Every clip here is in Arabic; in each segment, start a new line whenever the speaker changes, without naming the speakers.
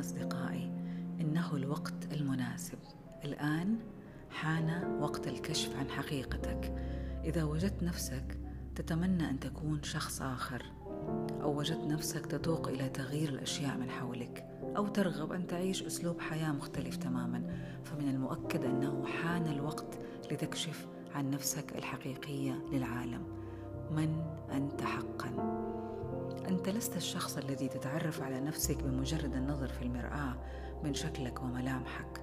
أصدقائي، إنه الوقت المناسب. الآن حان وقت الكشف عن حقيقتك. إذا وجدت نفسك تتمنى أن تكون شخص آخر، أو وجدت نفسك تتوق إلى تغيير الأشياء من حولك، أو ترغب أن تعيش أسلوب حياة مختلف تماما، فمن المؤكد أنه حان الوقت لتكشف عن نفسك الحقيقية للعالم. من أنت حقا؟ أنت لست الشخص الذي تتعرف على نفسك بمجرد النظر في المرآة من شكلك وملامحك،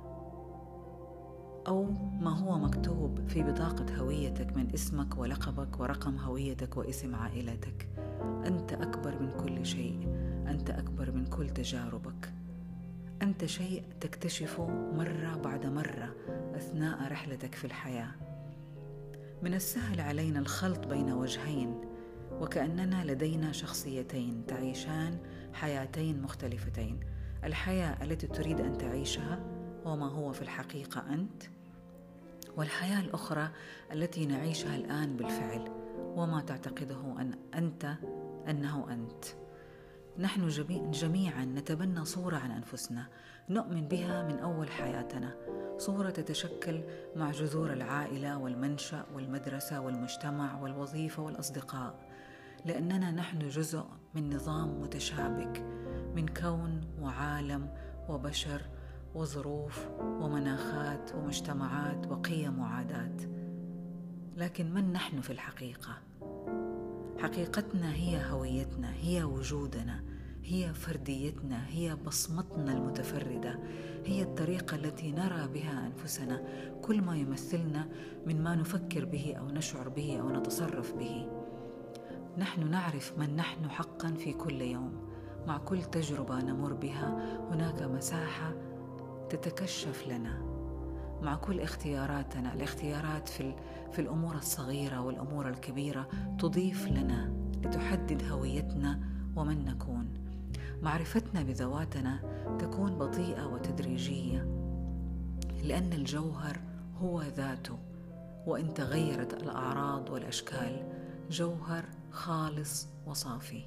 أو ما هو مكتوب في بطاقة هويتك من اسمك ولقبك ورقم هويتك واسم عائلتك. أنت أكبر من كل شيء، أنت أكبر من كل تجاربك. أنت شيء تكتشفه مرة بعد مرة أثناء رحلتك في الحياة. من السهل علينا الخلط بين وجهين، وكأننا لدينا شخصيتين تعيشان حياتين مختلفتين: الحياة التي تريد أن تعيشها وما هو في الحقيقة أنت، والحياة الأخرى التي نعيشها الآن بالفعل وما تعتقده أنه أنت. نحن جميعا نتبنى صورة عن أنفسنا نؤمن بها من أول حياتنا، صورة تتشكل مع جذور العائلة والمنشأ والمدرسة والمجتمع والوظيفة والأصدقاء، لأننا نحن جزء من نظام متشابك من كون وعالم وبشر وظروف ومناخات ومجتمعات وقيم وعادات. لكن من نحن في الحقيقة؟ حقيقتنا هي هويتنا، هي وجودنا، هي فرديتنا، هي بصمتنا المتفردة، هي الطريقة التي نرى بها أنفسنا، كل ما يمثلنا من ما نفكر به أو نشعر به أو نتصرف به. نحن نعرف من نحن حقا في كل يوم. مع كل تجربة نمر بها هناك مساحة تتكشف لنا. مع كل اختياراتنا، الاختيارات في الأمور الصغيرة والأمور الكبيرة تضيف لنا لتحدد هويتنا ومن نكون. معرفتنا بذواتنا تكون بطيئة وتدريجية، لأن الجوهر هو ذاته، وإن تغيرت الأعراض والأشكال جوهر خالص وصافي.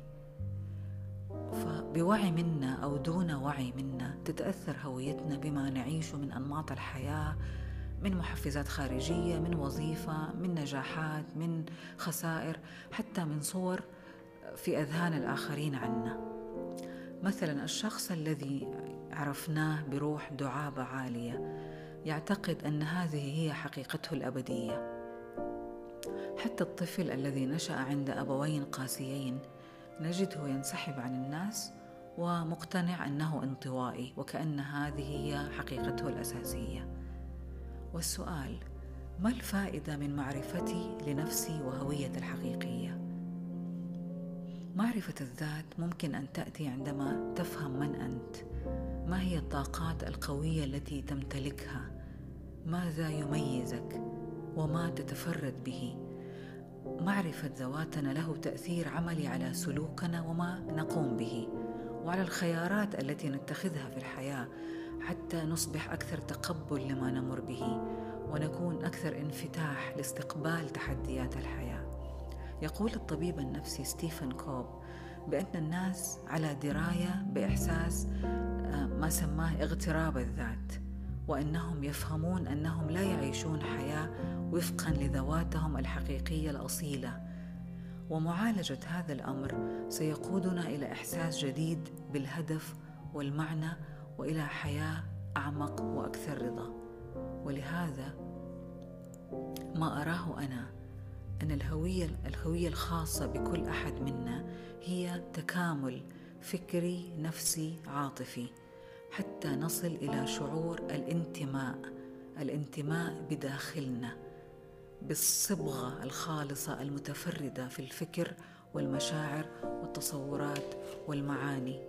فبوعي منا أو دون وعي منا تتأثر هويتنا بما نعيشه من أنماط الحياة، من محفزات خارجية، من وظيفة، من نجاحات، من خسائر، حتى من صور في أذهان الآخرين عنا. مثلا الشخص الذي عرفناه بروح دعابة عالية يعتقد أن هذه هي حقيقته الأبدية. حتى الطفل الذي نشأ عند أبوين قاسيين نجده ينسحب عن الناس ومقتنع أنه انطوائي، وكأن هذه هي حقيقته الأساسية. والسؤال: ما الفائدة من معرفتي لنفسي وهويتي الحقيقية؟ معرفة الذات ممكن أن تأتي عندما تفهم من أنت، ما هي الطاقات القوية التي تمتلكها، ماذا يميزك وما تتفرد به. معرفة ذواتنا له تأثير عملي على سلوكنا وما نقوم به، وعلى الخيارات التي نتخذها في الحياة، حتى نصبح أكثر تقبل لما نمر به ونكون أكثر انفتاح لاستقبال تحديات الحياة. يقول الطبيب النفسي ستيفن كوب بأن الناس على دراية بإحساس ما سماه اغتراب الذات، وأنهم يفهمون أنهم لا يعيشون حياة وفقا لذواتهم الحقيقية الأصيلة. ومعالجة هذا الأمر سيقودنا إلى إحساس جديد بالهدف والمعنى، وإلى حياة أعمق وأكثر رضا. ولهذا ما أراه أنا أن الهوية الخاصة بكل أحد منا هي تكامل فكري نفسي عاطفي، حتى نصل إلى شعور الانتماء بداخلنا بالصبغة الخالصة المتفردة في الفكر والمشاعر والتصورات والمعاني.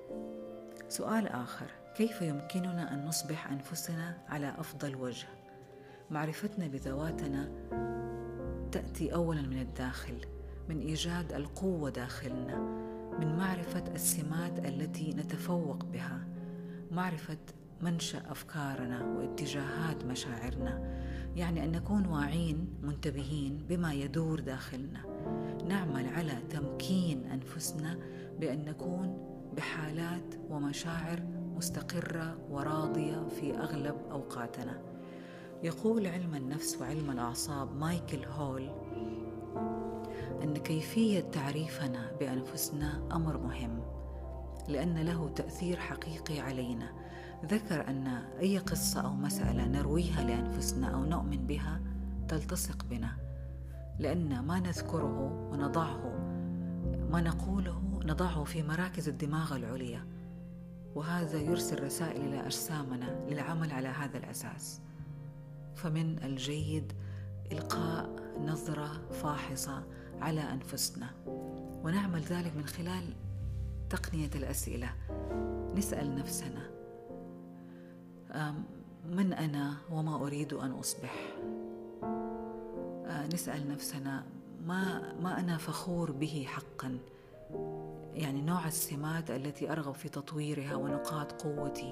سؤال آخر: كيف يمكننا أن نصبح أنفسنا على أفضل وجه؟ معرفتنا بذواتنا تأتي أولا من الداخل، من إيجاد القوة داخلنا، من معرفة السمات التي نتفوق بها، معرفة منشأ أفكارنا واتجاهات مشاعرنا، يعني أن نكون واعين منتبهين بما يدور داخلنا. نعمل على تمكين أنفسنا بأن نكون بحالات ومشاعر مستقرة وراضية في أغلب أوقاتنا. يقول علم النفس وعلم الأعصاب مايكل هول أن كيفية تعريفنا بأنفسنا أمر مهم، لأن له تأثير حقيقي علينا. ذكر أن أي قصة أو مسألة نرويها لأنفسنا أو نؤمن بها تلتصق بنا، لأن ما نذكره ما نقوله نضعه في مراكز الدماغ العليا، وهذا يرسل رسائل إلى أجسامنا للعمل على هذا الأساس. فمن الجيد إلقاء نظرة فاحصة على أنفسنا، ونعمل ذلك من خلال تقنية الأسئلة. نسأل نفسنا: من أنا وما أريد أن أصبح؟ نسأل نفسنا: ما أنا فخور به حقا؟ يعني نوع السمات التي أرغب في تطويرها ونقاط قوتي.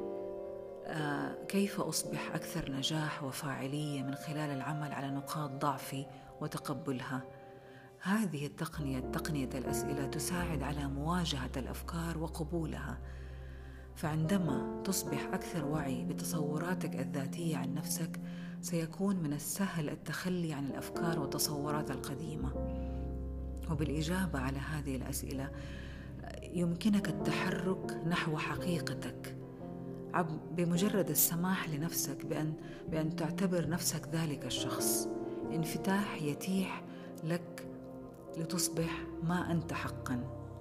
كيف أصبح أكثر نجاح وفاعلية من خلال العمل على نقاط ضعفي وتقبلها؟ هذه تقنية الأسئلة تساعد على مواجهة الأفكار وقبولها. فعندما تصبح أكثر وعي بتصوراتك الذاتية عن نفسك، سيكون من السهل التخلي عن الأفكار والتصورات القديمة. وبالإجابة على هذه الأسئلة يمكنك التحرك نحو حقيقتك بمجرد السماح لنفسك بأن تعتبر نفسك ذلك الشخص. انفتاح يتيح لك لتصبح ما أنت حقا.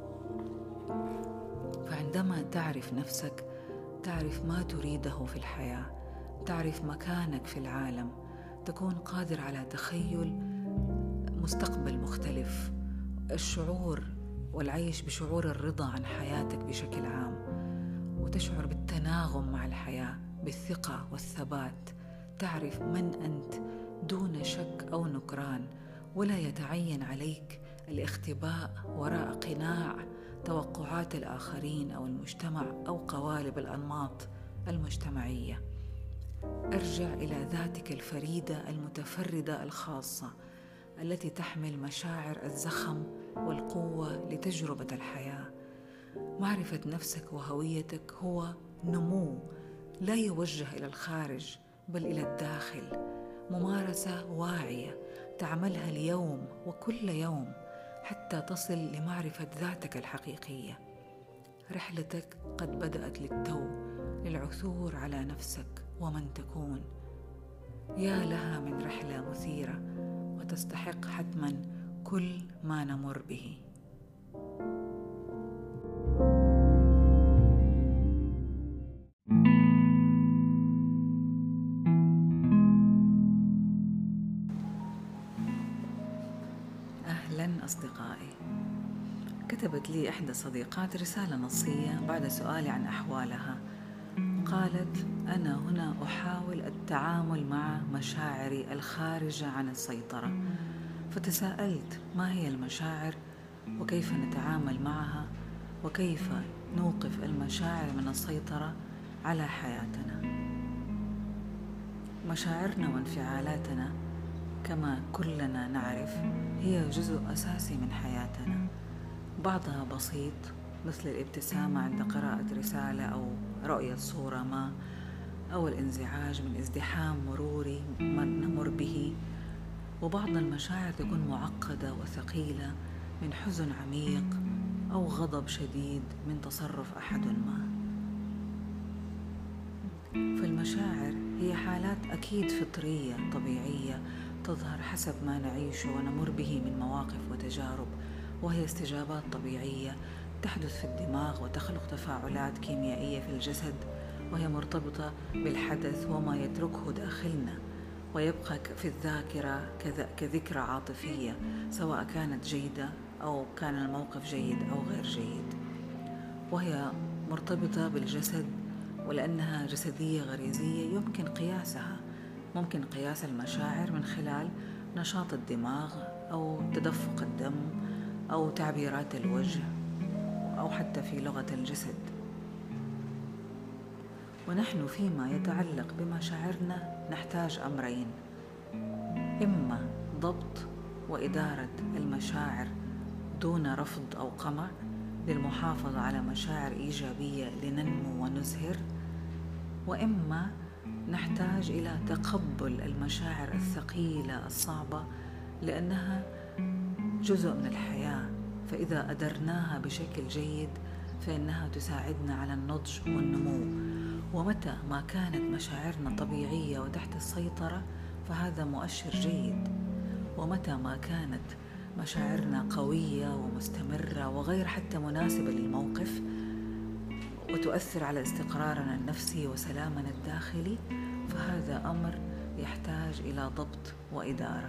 فعندما تعرف نفسك، تعرف ما تريده في الحياة، تعرف مكانك في العالم، تكون قادر على تخيل مستقبل مختلف، الشعور والعيش بشعور الرضا عن حياتك بشكل عام، وتشعر بالتناغم مع الحياة، بالثقة والثبات. تعرف من أنت دون شك أو نكران، ولا يتعين عليك الاختباء وراء قناع توقعات الآخرين أو المجتمع أو قوالب الأنماط المجتمعية. ارجع إلى ذاتك الفريدة المتفردة الخاصة التي تحمل مشاعر الزخم والقوة لتجربة الحياة. معرفة نفسك وهويتك هو نمو لا يوجه إلى الخارج بل إلى الداخل، ممارسة واعية تعملها اليوم وكل يوم حتى تصل لمعرفة ذاتك الحقيقية. رحلتك قد بدأت للتو، للعثور على نفسك ومن تكون. يا لها من رحلة مثيرة، وتستحق حتما كل ما نمر به. أهلا أصدقائي. كتبت لي إحدى صديقات رسالة نصية بعد سؤالي عن أحوالها. قالت: أنا هنا أحاول التعامل مع مشاعري الخارجة عن السيطرة، فتساءلت: ما هي المشاعر؟ وكيف نتعامل معها؟ وكيف نوقف المشاعر من السيطرة على حياتنا؟ مشاعرنا وانفعالاتنا كما كلنا نعرف هي جزء أساسي من حياتنا. بعضها بسيط مثل الابتسامة عند قراءة رسالة أو رؤية صورة ما، أو الانزعاج من ازدحام مروري نمر به. وبعض المشاعر تكون معقدة وثقيلة من حزن عميق أو غضب شديد من تصرف أحد ما. فالمشاعر هي حالات أكيد فطرية طبيعية تظهر حسب ما نعيش ونمر به من مواقف وتجارب، وهي استجابات طبيعية تحدث في الدماغ وتخلق تفاعلات كيميائية في الجسد، وهي مرتبطة بالحدث وما يتركه داخلنا ويبقى في الذاكرة كذكرى عاطفية، سواء كانت جيدة أو كان الموقف جيد أو غير جيد. وهي مرتبطة بالجسد، ولأنها جسدية غريزية ممكن قياس المشاعر من خلال نشاط الدماغ أو تدفق الدم أو تعبيرات الوجه أو حتى في لغة الجسد. ونحن فيما يتعلق بمشاعرنا نحتاج أمرين: إما ضبط وإدارة المشاعر دون رفض أو قمع، للمحافظة على مشاعر إيجابية لننمو ونزهر، وإما نحتاج إلى تقبل المشاعر الثقيلة الصعبة لأنها جزء من الحياة، فإذا أدرناها بشكل جيد فإنها تساعدنا على النضج والنمو. ومتى ما كانت مشاعرنا طبيعية وتحت السيطرة فهذا مؤشر جيد، ومتى ما كانت مشاعرنا قوية ومستمرة وغير حتى مناسبة للموقف وتؤثر على استقرارنا النفسي وسلامنا الداخلي فهذا أمر يحتاج إلى ضبط وإدارة.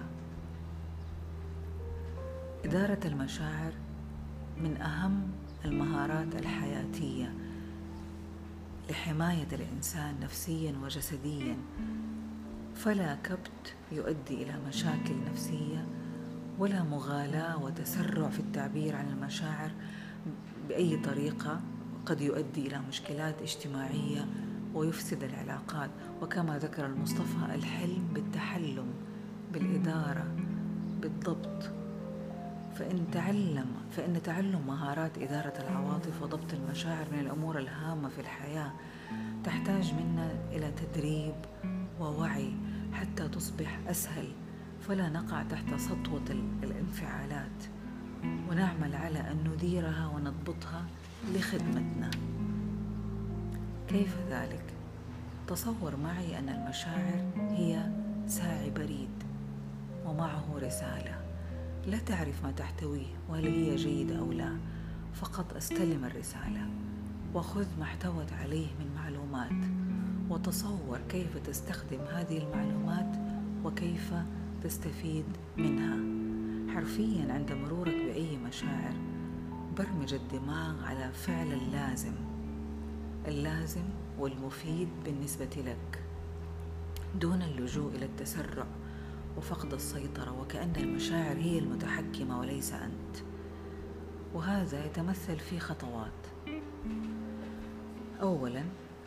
إدارة المشاعر من أهم المهارات الحياتية لحماية الإنسان نفسيا وجسديا، فلا كبت يؤدي إلى مشاكل نفسية ولا مغالاة وتسرع في التعبير عن المشاعر بأي طريقة قد يؤدي إلى مشكلات اجتماعية ويفسد العلاقات. وكما ذكر المصطفى الحلم بالتحلم بالإدارة بالضبط، فإن تعلم مهارات إدارة العواطف وضبط المشاعر من الأمور الهامة في الحياة، تحتاج منا إلى تدريب ووعي حتى تصبح أسهل، فلا نقع تحت سطوة الانفعالات، ونعمل على أن نديرها ونضبطها لخدمتنا. كيف ذلك؟ تصور معي أن المشاعر هي ساعي بريد ومعه رسالة لا تعرف ما تحتويه وهل هي جيدة أو لا، فقط استلم الرسالة وخذ ما احتوت عليه من معلومات، وتصور كيف تستخدم هذه المعلومات وكيف تستفيد منها. حرفيا عند مرورك بأي مشاعر برمج الدماغ على فعل اللازم والمفيد بالنسبة لك دون اللجوء إلى التسرع وفقد السيطرة، وكأن المشاعر هي المتحكمة وليس أنت. وهذا يتمثل في خطوات. أولا،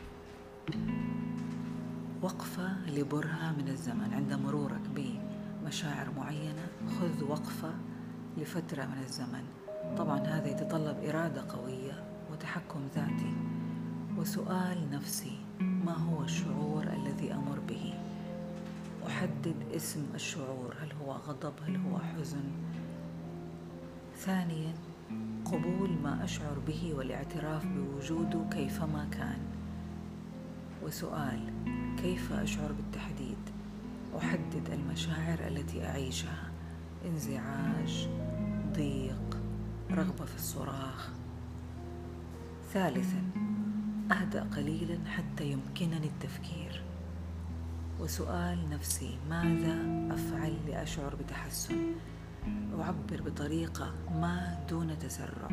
وقفة لبرهة من الزمن. عند مرورك بمشاعر معينة خذ وقفة لفترة من الزمن. طبعا هذا يتطلب إرادة قوية وتحكم ذاتي وسؤال نفسي: ما هو الشعور الذي أمر به؟ أحدد اسم الشعور، هل هو غضب؟ هل هو حزن؟ ثانيا، قبول ما أشعر به والاعتراف بوجوده كيفما كان. وسؤال: كيف أشعر بالتحديد؟ أحدد المشاعر التي أعيشها: انزعاج، ضيق، رغبة في الصراخ. ثالثا، أهدأ قليلا حتى يمكنني التفكير. وسؤال نفسي: ماذا أفعل لأشعر بتحسن؟ أعبر بطريقة ما دون تسرع.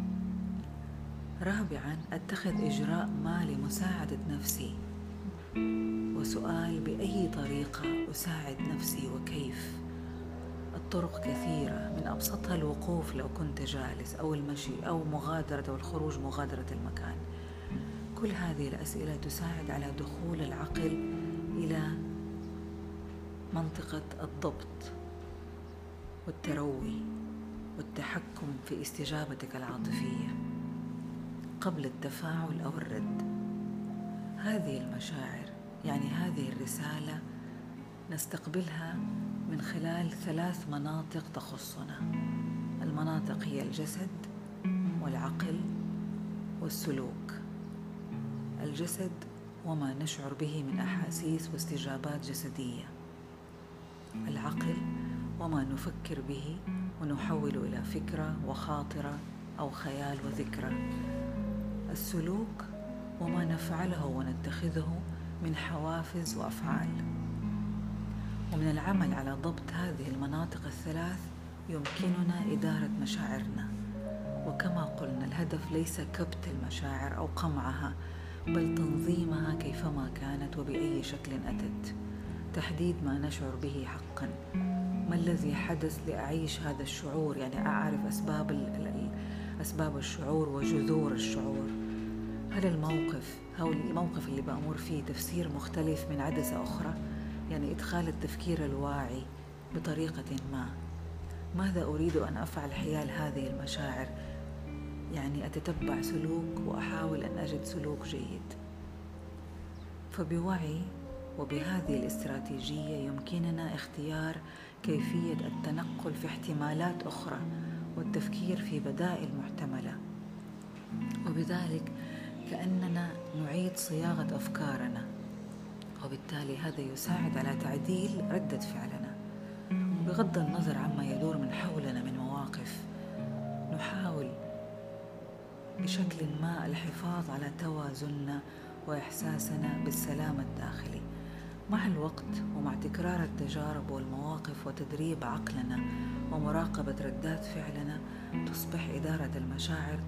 رابعا، أتخذ إجراء ما لمساعدة نفسي. وسؤال: بأي طريقة أساعد نفسي وكيف؟ الطرق كثيرة، من أبسطها الوقوف لو كنت جالس، أو المشي، أو مغادرة المكان. كل هذه الأسئلة تساعد على دخول العقل إلى منطقة الضبط والتروي والتحكم في استجابتك العاطفية قبل التفاعل أو الرد. هذه المشاعر، يعني هذه الرسالة، نستقبلها من خلال 3 مناطق تخصنا. المناطق هي الجسد والعقل والسلوك. الجسد وما نشعر به من أحاسيس واستجابات جسدية. العقل وما نفكر به ونحول إلى فكرة وخاطرة أو خيال وذكرى. السلوك وما نفعله ونتخذه من حوافز وأفعال. ومن العمل على ضبط هذه المناطق ال3 يمكننا إدارة مشاعرنا. وكما قلنا، الهدف ليس كبت المشاعر أو قمعها، بل تنظيمها كيفما كانت وبأي شكل أتت. تحديد ما نشعر به حقا. ما الذي حدث لأعيش هذا الشعور؟ يعني أعرف أسباب الشعور وجذور الشعور. هل الموقف اللي بأمر فيه تفسير مختلف من عدسة أخرى؟ يعني إدخال التفكير الواعي بطريقة ما. ماذا أريد أن أفعل حيال هذه المشاعر؟ يعني أتتبع سلوك وأحاول أن أجد سلوك جيد. فبوعي وبهذه الاستراتيجية يمكننا اختيار كيفية التنقل في احتمالات أخرى والتفكير في بدائل محتملة، وبذلك كأننا نعيد صياغة أفكارنا، وبالتالي هذا يساعد على تعديل ردة فعلنا. بغض النظر عما يدور من حولنا من مواقف، نحاول بشكل ما الحفاظ على توازننا وإحساسنا بالسلام الداخلي. مع الوقت ومع تكرار التجارب والمواقف وتدريب عقلنا ومراقبة ردات فعلنا، تصبح إدارة المشاعر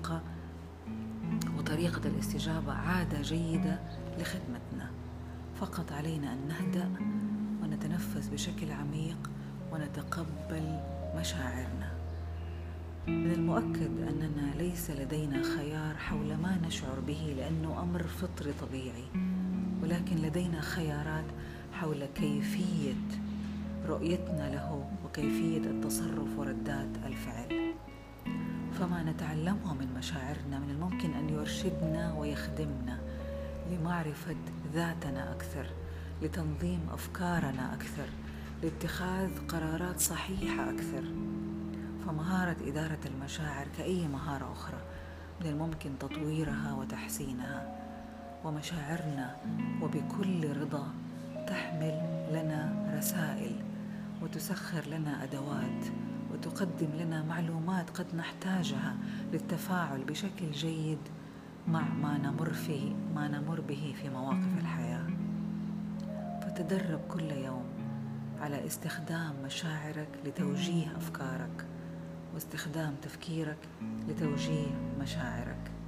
وطريقة الاستجابة عادة جيدة لخدمتنا. فقط علينا أن نهدأ ونتنفس بشكل عميق ونتقبل مشاعرنا. من المؤكد أننا ليس لدينا خيار حول ما نشعر به لأنه أمر فطري طبيعي، ولكن لدينا خيارات حول كيفية رؤيتنا له وكيفية التصرف وردات الفعل. فما نتعلمه من مشاعرنا من الممكن أن يرشدنا ويخدمنا لمعرفة ذاتنا أكثر، لتنظيم أفكارنا أكثر، لاتخاذ قرارات صحيحة أكثر. فمهارة إدارة المشاعر كأي مهارة أخرى من الممكن تطويرها وتحسينها، ومشاعرنا وبكل رضا تحمل لنا رسائل وتسخر لنا أدوات وتقدم لنا معلومات قد نحتاجها للتفاعل بشكل جيد مع ما نمر به في مواقف الحياة. فتدرب كل يوم على استخدام مشاعرك لتوجيه أفكارك، واستخدام تفكيرك لتوجيه مشاعرك.